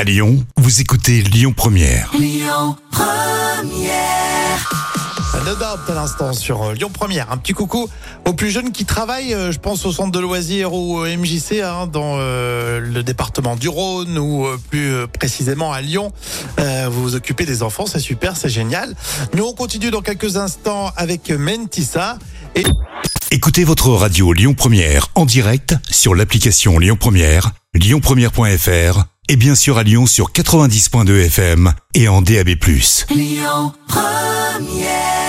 À Lyon, vous écoutez Lyon Première. Lyon Première. No Doubt à l'instant sur Lyon Première. Un petit coucou aux plus jeunes qui travaillent, je pense au centre de loisirs ou au MJC dans le département du Rhône ou plus précisément à Lyon. Vous vous occupez des enfants, c'est super, c'est génial. Nous on continue dans quelques instants avec Mentissa. Et... Écoutez votre radio Lyon Première en direct sur l'application Lyon Première, lyonpremière.fr et bien sûr à Lyon sur 90.2 FM et en DAB+. Lyon Première.